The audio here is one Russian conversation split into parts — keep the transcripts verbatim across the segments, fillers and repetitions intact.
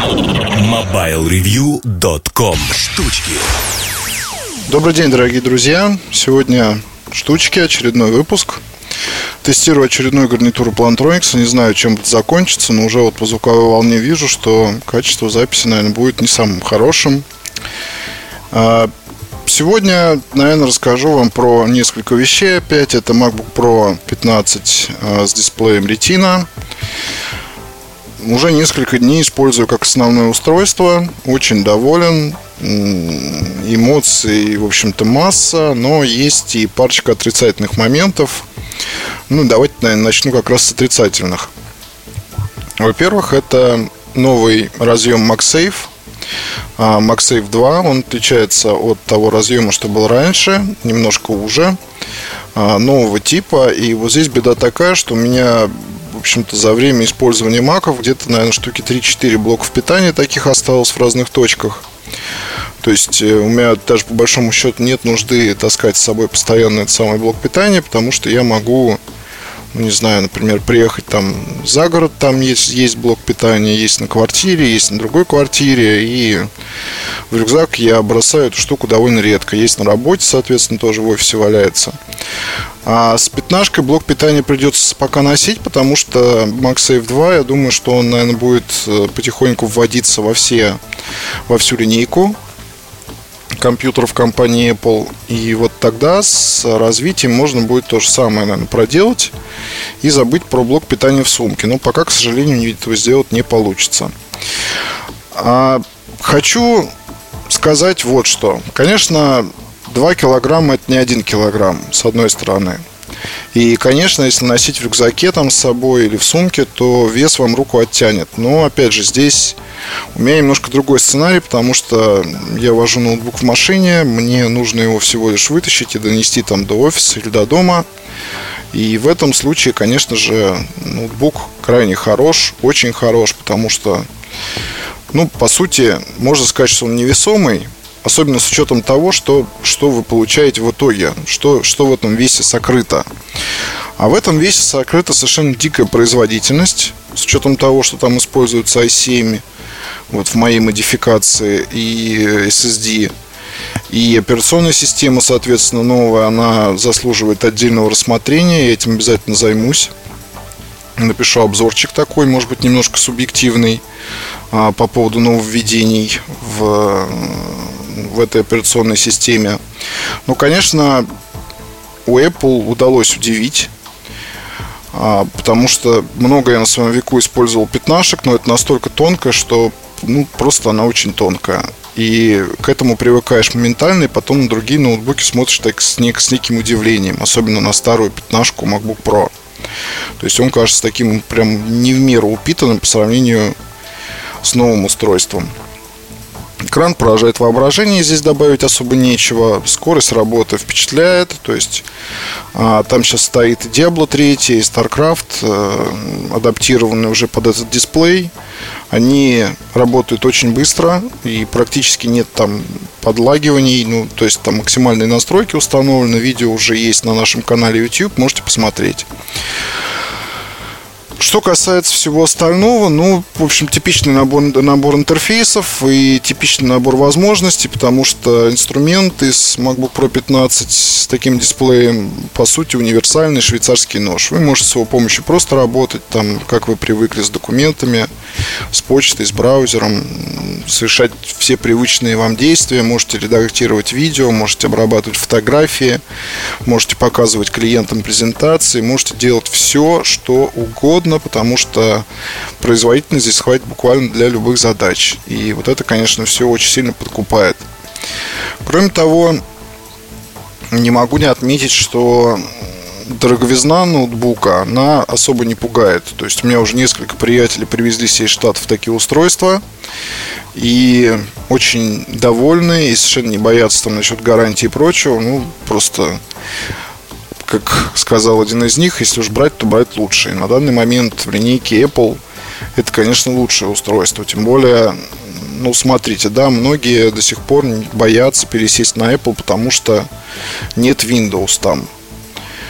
мобайл ревью точка ком. Штучки. Добрый день, дорогие друзья. Сегодня штучки, очередной выпуск. Тестирую очередную гарнитуру Plantronics. Не знаю, чем это закончится, но уже вот по звуковой волне вижу, что качество записи, наверное, будет не самым хорошим. Сегодня, наверное, расскажу вам про несколько вещей опять. Это MacBook Pro пятнадцать с дисплеем Retina. Уже несколько дней использую как основное устройство. Очень доволен. Эмоций, в общем-то, масса. Но есть и парочка отрицательных моментов. Ну, давайте, наверное, начну как раз с отрицательных. Во-первых, это новый разъем MagSafe. MagSafe два. Он отличается от того разъема, что был раньше. Немножко уже. Нового типа. И вот здесь беда такая, что у меня... В общем-то, за время использования маков где-то, наверное, штуки три-четыре блоков питания таких осталось в разных точках. То есть у меня даже по большому счету нет нужды таскать с собой постоянно этот самый блок питания, потому что я могу, ну, не знаю, например, приехать там за город, там есть, есть блок питания, есть на квартире, есть на другой квартире, и в рюкзак я бросаю эту штуку довольно редко. Есть на работе, соответственно, тоже в офисе валяется. А с пятнашкой блок питания придется пока носить, потому что MagSafe два, я думаю, что он, наверное, будет потихоньку вводиться во все, во всю линейку компьютеров компании Apple. И вот тогда с развитием можно будет то же самое, наверное, проделать и забыть про блок питания в сумке. Но пока, к сожалению, этого сделать не получится. А хочу сказать вот что. Конечно, два килограмма это не один килограмм, с одной стороны. И, конечно, если носить в рюкзаке там с собой или в сумке, то вес вам руку оттянет. Но, опять же, здесь у меня немножко другой сценарий, потому что я вожу ноутбук в машине, мне нужно его всего лишь вытащить и донести там до офиса или до дома. И в этом случае, конечно же, ноутбук крайне хорош, очень хорош, потому что, ну, по сути, можно сказать, что он невесомый. Особенно с учетом того, что, что вы получаете в итоге, что, что в этом весе сокрыто. А в этом весе сокрыта совершенно дикая производительность. С учетом того, что там используется ай семь, вот в моей модификации, и эс эс ди. И операционная система, соответственно, новая, она заслуживает отдельного рассмотрения. Я этим обязательно займусь. Напишу обзорчик такой, может быть, немножко субъективный, по поводу нововведений в... в этой операционной системе. Ну, конечно, у Apple удалось удивить, потому что много я на своем веку использовал пятнашек, но это настолько тонко, что, ну, просто она очень тонкая. И к этому привыкаешь моментально, и потом на другие ноутбуки смотришь так с, нек- с неким удивлением, особенно на старую пятнашку MacBook Pro. То есть он кажется таким прям не в меру упитанным по сравнению с новым устройством. Экран поражает воображение, здесь добавить особо нечего. Скорость работы впечатляет. То есть а, там сейчас стоит и Diablo три, и StarCraft, а, адаптированные уже под этот дисплей. Они работают очень быстро, и практически нет там подлагиваний. Ну, то есть там максимальные настройки установлены. Видео уже есть на нашем канале YouTube, можете посмотреть. Что касается всего остального, ну, в общем, типичный набор, набор интерфейсов и типичный набор возможностей, потому что инструмент из MacBook Pro пятнадцать с таким дисплеем, по сути, универсальный швейцарский нож. Вы можете с его помощью просто работать, там, как вы привыкли, с документами, с почтой, с браузером, совершать все привычные вам действия. Можете редактировать видео, можете обрабатывать фотографии, можете показывать клиентам презентации, можете делать все, что угодно, потому что производительность здесь хватит буквально для любых задач. И вот это, конечно, все очень сильно подкупает. Кроме того, не могу не отметить, что дороговизна ноутбука, она особо не пугает. То есть у меня уже несколько приятелей привезли себе из Штатов такие устройства и очень довольны, и совершенно не боятся там насчет гарантии и прочего. Ну, просто... Как сказал один из них, если уж брать, то брать лучше. И на данный момент в линейке Apple это, конечно, лучшее устройство. Тем более, ну, смотрите, да, многие до сих пор боятся пересесть на Apple, потому что нет Windows там.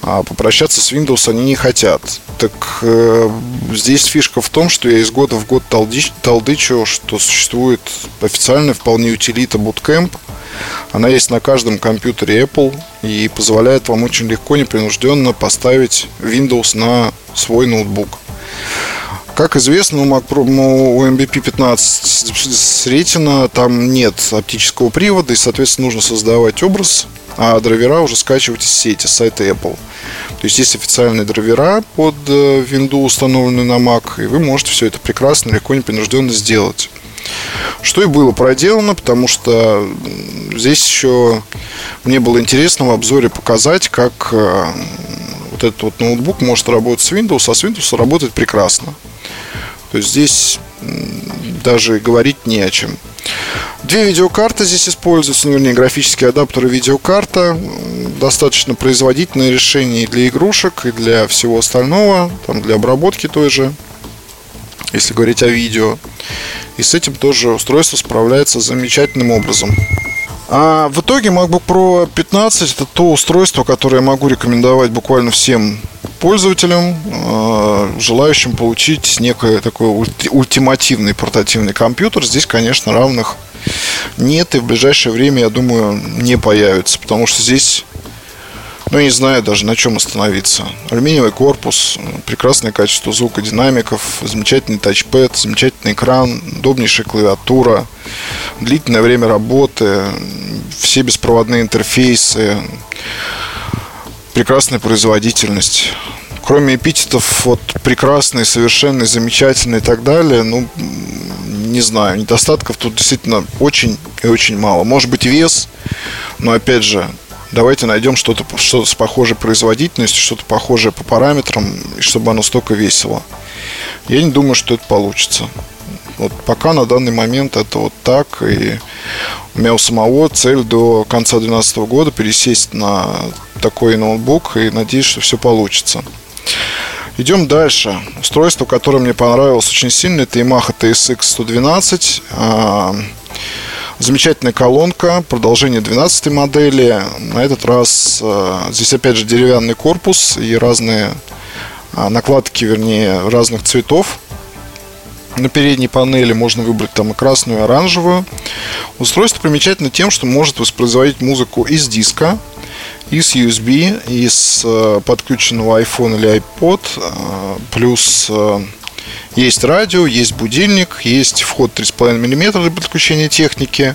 а попрощаться с Windows они не хотят. Так э, здесь фишка в том, что я из года в год толдич, толдычу, что существует официальная вполне утилита Boot Camp. Она есть на каждом компьютере Apple и позволяет вам очень легко, непринужденно поставить Windows на свой ноутбук. Как известно, у, Mac Pro, у эм би пи пятнадцать с Retina там нет оптического привода, и, соответственно, нужно создавать образ, а драйвера уже скачивать из сети, с сайта Apple. То есть есть официальные драйвера под Windows, установленные на Mac, и вы можете все это прекрасно, легко, непринужденно сделать. Что и было проделано, потому что здесь еще мне было интересно в обзоре показать, как вот этот вот ноутбук может работать с Windows, а с Windows работает прекрасно. То есть здесь даже говорить не о чем. Две видеокарты здесь используются, ну, вернее, графические адаптеры, видеокарта. Достаточно производительное решение и для игрушек, и для всего остального, там, для обработки той же, если говорить о видео. И с этим тоже устройство справляется замечательным образом. А в итоге MacBook Pro пятнадцать это то устройство, которое я могу рекомендовать буквально всем пользователям, желающим получить некий такой ультимативный портативный компьютер. Здесь, конечно, равных нет, и в ближайшее время, я думаю, не появится, потому что здесь, ну, я не знаю даже, на чем остановиться. Алюминиевый корпус, прекрасное качество звука, динамиков, замечательный тачпэд, замечательный экран, удобнейшая клавиатура, длительное время работы, все беспроводные интерфейсы, прекрасная производительность. Кроме эпитетов вот прекрасный, совершенный, замечательный и так далее, ну, не знаю, недостатков тут действительно очень и очень мало. Может быть, вес, но опять же, давайте найдем что-то, что-то с похожей производительностью, что-то похожее по параметрам, и чтобы оно столько весило. Я не думаю, что это получится. Вот пока на данный момент это вот так. И у меня у самого цель до конца две тысячи двенадцатого года пересесть на такой ноутбук, и надеюсь, что все получится. Идем дальше. Устройство, которое мне понравилось очень сильно, это Yamaha ти эс икс сто двенадцать. Замечательная колонка, продолжение двенадцатой модели. На этот раз здесь опять же деревянный корпус и разные накладки, вернее, разных цветов. На передней панели можно выбрать там и красную, и оранжевую. Устройство примечательно тем, что может воспроизводить музыку из диска, из ю эс би, из подключенного iPhone или iPod. Плюс есть радио, есть будильник, есть вход три и пять миллиметра для подключения техники.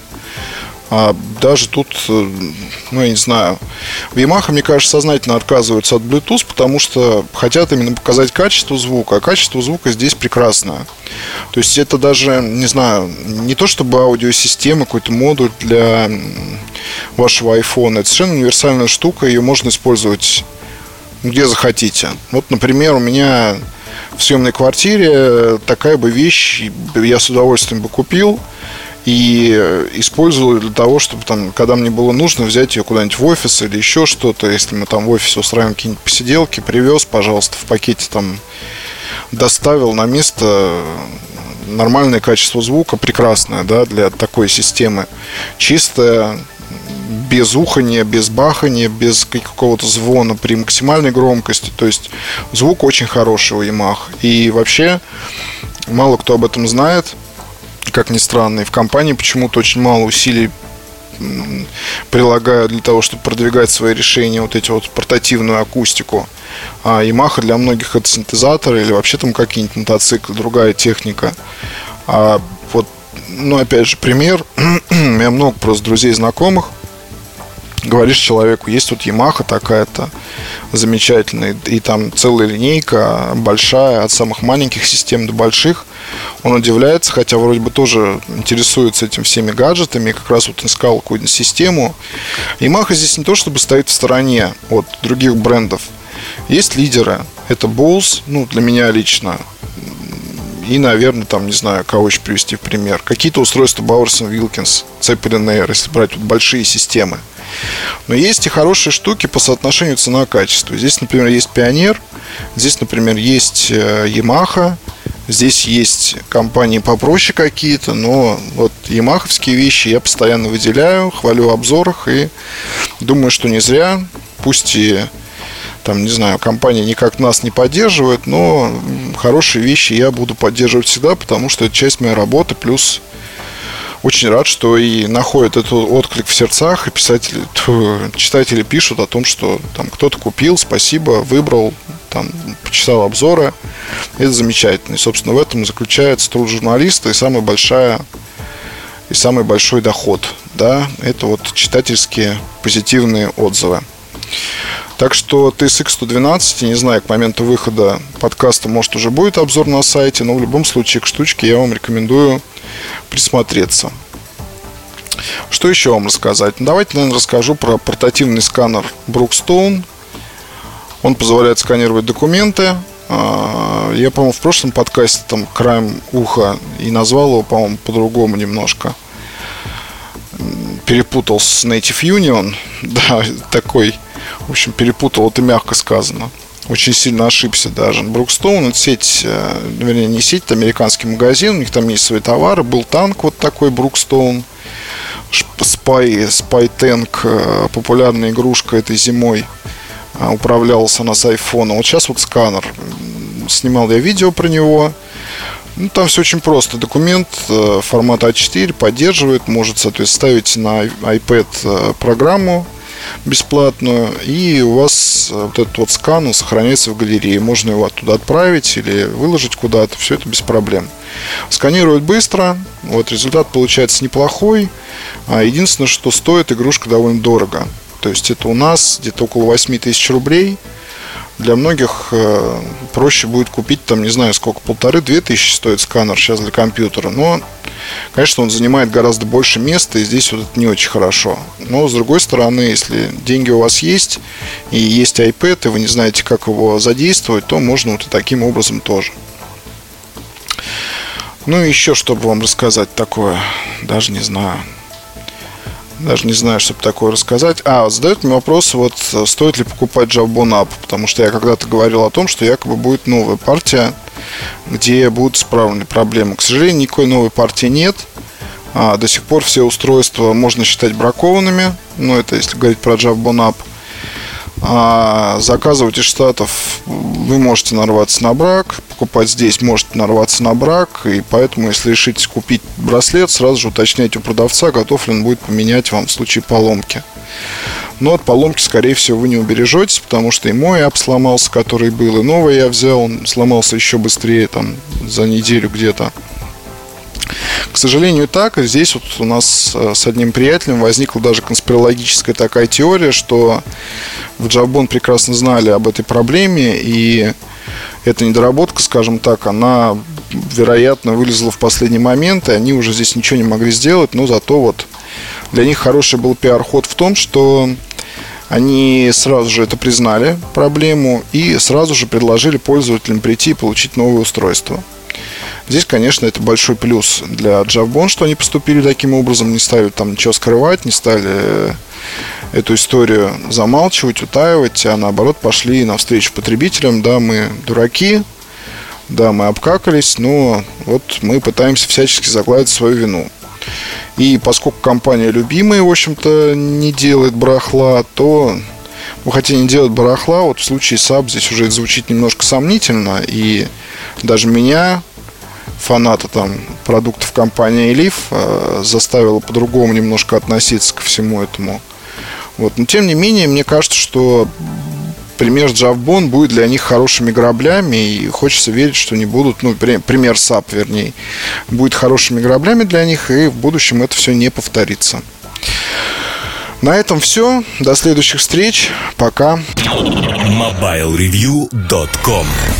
А даже тут, ну, я не знаю, в Yamaha, мне кажется, сознательно отказываются от Bluetooth, потому что хотят именно показать качество звука, а качество звука здесь прекрасное. То есть это даже, не знаю, не то чтобы аудиосистема, какой-то модуль для вашего iPhone. Это совершенно универсальная штука, ее можно использовать где захотите. Вот, например, у меня в съемной квартире такая бы вещь я с удовольствием бы купил и использовал для того, чтобы там, когда мне было нужно, взять ее куда-нибудь в офис или еще что-то. Если мы там в офисе устраиваем какие-нибудь посиделки, привез, пожалуйста, в пакете там доставил на место. Нормальное качество звука, прекрасное, да, для такой системы. Чистое, без уханья, без бахания, без какого-то звона при максимальной громкости. То есть звук очень хороший у Yamaha. И вообще мало кто об этом знает, как ни странно. И в компании почему-то очень мало усилий прилагают для того, чтобы продвигать свои решения, вот эти вот портативную акустику. А Yamaha для многих это синтезаторы или вообще там какие-нибудь мотоциклы, другая техника. А вот, ну, опять же, пример. У меня много просто друзей, знакомых. Говоришь человеку, есть тут Yamaha такая-то замечательная, и там целая линейка большая, от самых маленьких систем до больших. Он удивляется, хотя вроде бы тоже интересуется этим всеми гаджетами, как раз вот искал какую-то систему. Yamaha здесь не то чтобы стоит в стороне от других брендов. Есть лидеры, это Bose, ну, для меня лично. И, наверное, там, не знаю, кого еще привести в пример. Какие-то устройства Bowers энд Wilkins, Zeppelin Air, если брать вот большие системы. Но есть и хорошие штуки по соотношению цена-качество. Здесь, например, есть Pioneer, здесь, например, есть Yamaha, здесь есть компании попроще какие-то, но вот ямаховские вещи я постоянно выделяю, хвалю в обзорах и думаю, что не зря. Пусть и там, не знаю, компания никак нас не поддерживает, но хорошие вещи я буду поддерживать всегда, потому что это часть моей работы, плюс очень рад, что и находят этот отклик в сердцах, и писатели, читатели пишут о том, что там кто-то купил, спасибо, выбрал, там, почитал обзоры. Это замечательно. И, собственно, в этом заключается труд журналиста и самая большая и самый большой доход, да, это вот читательские позитивные отзывы. Так что ти эс икс сто двенадцать, не знаю, к моменту выхода подкаста, может, уже будет обзор на сайте, но в любом случае к штучке я вам рекомендую присмотреться. Что еще вам рассказать? Давайте, наверное, расскажу про портативный сканер Brookstone. Он позволяет сканировать документы. Я, по-моему, в прошлом подкасте там краем уха и назвал его, по-моему, по-другому немножко. Перепутал с Native Union. Да, такой, в общем, перепутал, это мягко сказано. Очень сильно ошибся даже. Brookstone — это сеть, вернее, не сеть, это американский магазин. У них там есть свои товары. Был танк вот такой Brookstone Spy, Spy Tank, популярная игрушка этой зимой. Управлялась она с айфона. Вот сейчас вот сканер. Снимал я видео про него. Ну, там все очень просто. Документ формата а четыре поддерживает. Может, соответственно, ставить на iPad программу бесплатную, и у вас вот этот вот скан сохраняется в галерее. Можно его оттуда отправить или выложить куда-то. Все это без проблем. Сканирует быстро. Вот результат получается неплохой. Единственное, что стоит игрушка довольно дорого. То есть это у нас где-то около восемь тысяч рублей. Для многих э, проще будет купить, там, не знаю сколько, полторы-две тысячи стоит сканер сейчас для компьютера. Но, конечно, он занимает гораздо больше места, и здесь вот это не очень хорошо. Но, с другой стороны, если деньги у вас есть, и есть iPad, и вы не знаете, как его задействовать, то можно вот и таким образом тоже. Ну и еще, чтобы вам рассказать такое, даже не знаю. Даже не знаю, чтобы такое рассказать. А, задают мне вопрос, вот, стоит ли покупать Javbon App. Потому что я когда-то говорил о том, что якобы будет новая партия, где будут исправлены проблемы. К сожалению, никакой новой партии нет. а, До сих пор все устройства можно считать бракованными. Ну, это если говорить про Javbon App. а, Заказывать из Штатов вы можете нарваться на брак. Покупать здесь можете нарваться на брак. И поэтому, если решите купить браслет, сразу же уточняйте у продавца, готов ли он будет поменять вам в случае поломки. Но от поломки, скорее всего, вы не убережетесь, потому что и мой апп сломался, который был, и новый я взял, он сломался еще быстрее, там, за неделю где-то. К сожалению, так. И здесь вот у нас с одним приятелем возникла даже конспирологическая такая теория, что в Javbon прекрасно знали об этой проблеме, и эта недоработка, скажем так, она, вероятно, вылезла в последний момент, и они уже здесь ничего не могли сделать, но зато вот для них хороший был пиар-ход в том, что они сразу же это признали, проблему, и сразу же предложили пользователям прийти и получить новое устройство. Здесь, конечно, это большой плюс для Javbon, что они поступили таким образом, не стали там ничего скрывать, не стали эту историю замалчивать, утаивать, а наоборот пошли навстречу потребителям. Да, мы дураки, да, мы обкакались, но вот мы пытаемся всячески загладить свою вину. И поскольку компания любимая, в общем-то, не делает барахла, то, ну, хотя не делает барахла, вот в случае с App здесь уже это звучит немножко сомнительно, и даже меня, фаната там продуктов компании Elif, э, заставило по-другому немножко относиться ко всему этому. Вот. Но тем не менее, мне кажется, что пример Javbon будет для них хорошими граблями, и хочется верить, что они будут, ну, пример с App, вернее, будет хорошими граблями для них, и в будущем это все не повторится. На этом все. До следующих встреч. Пока. мобайл ревью точка ком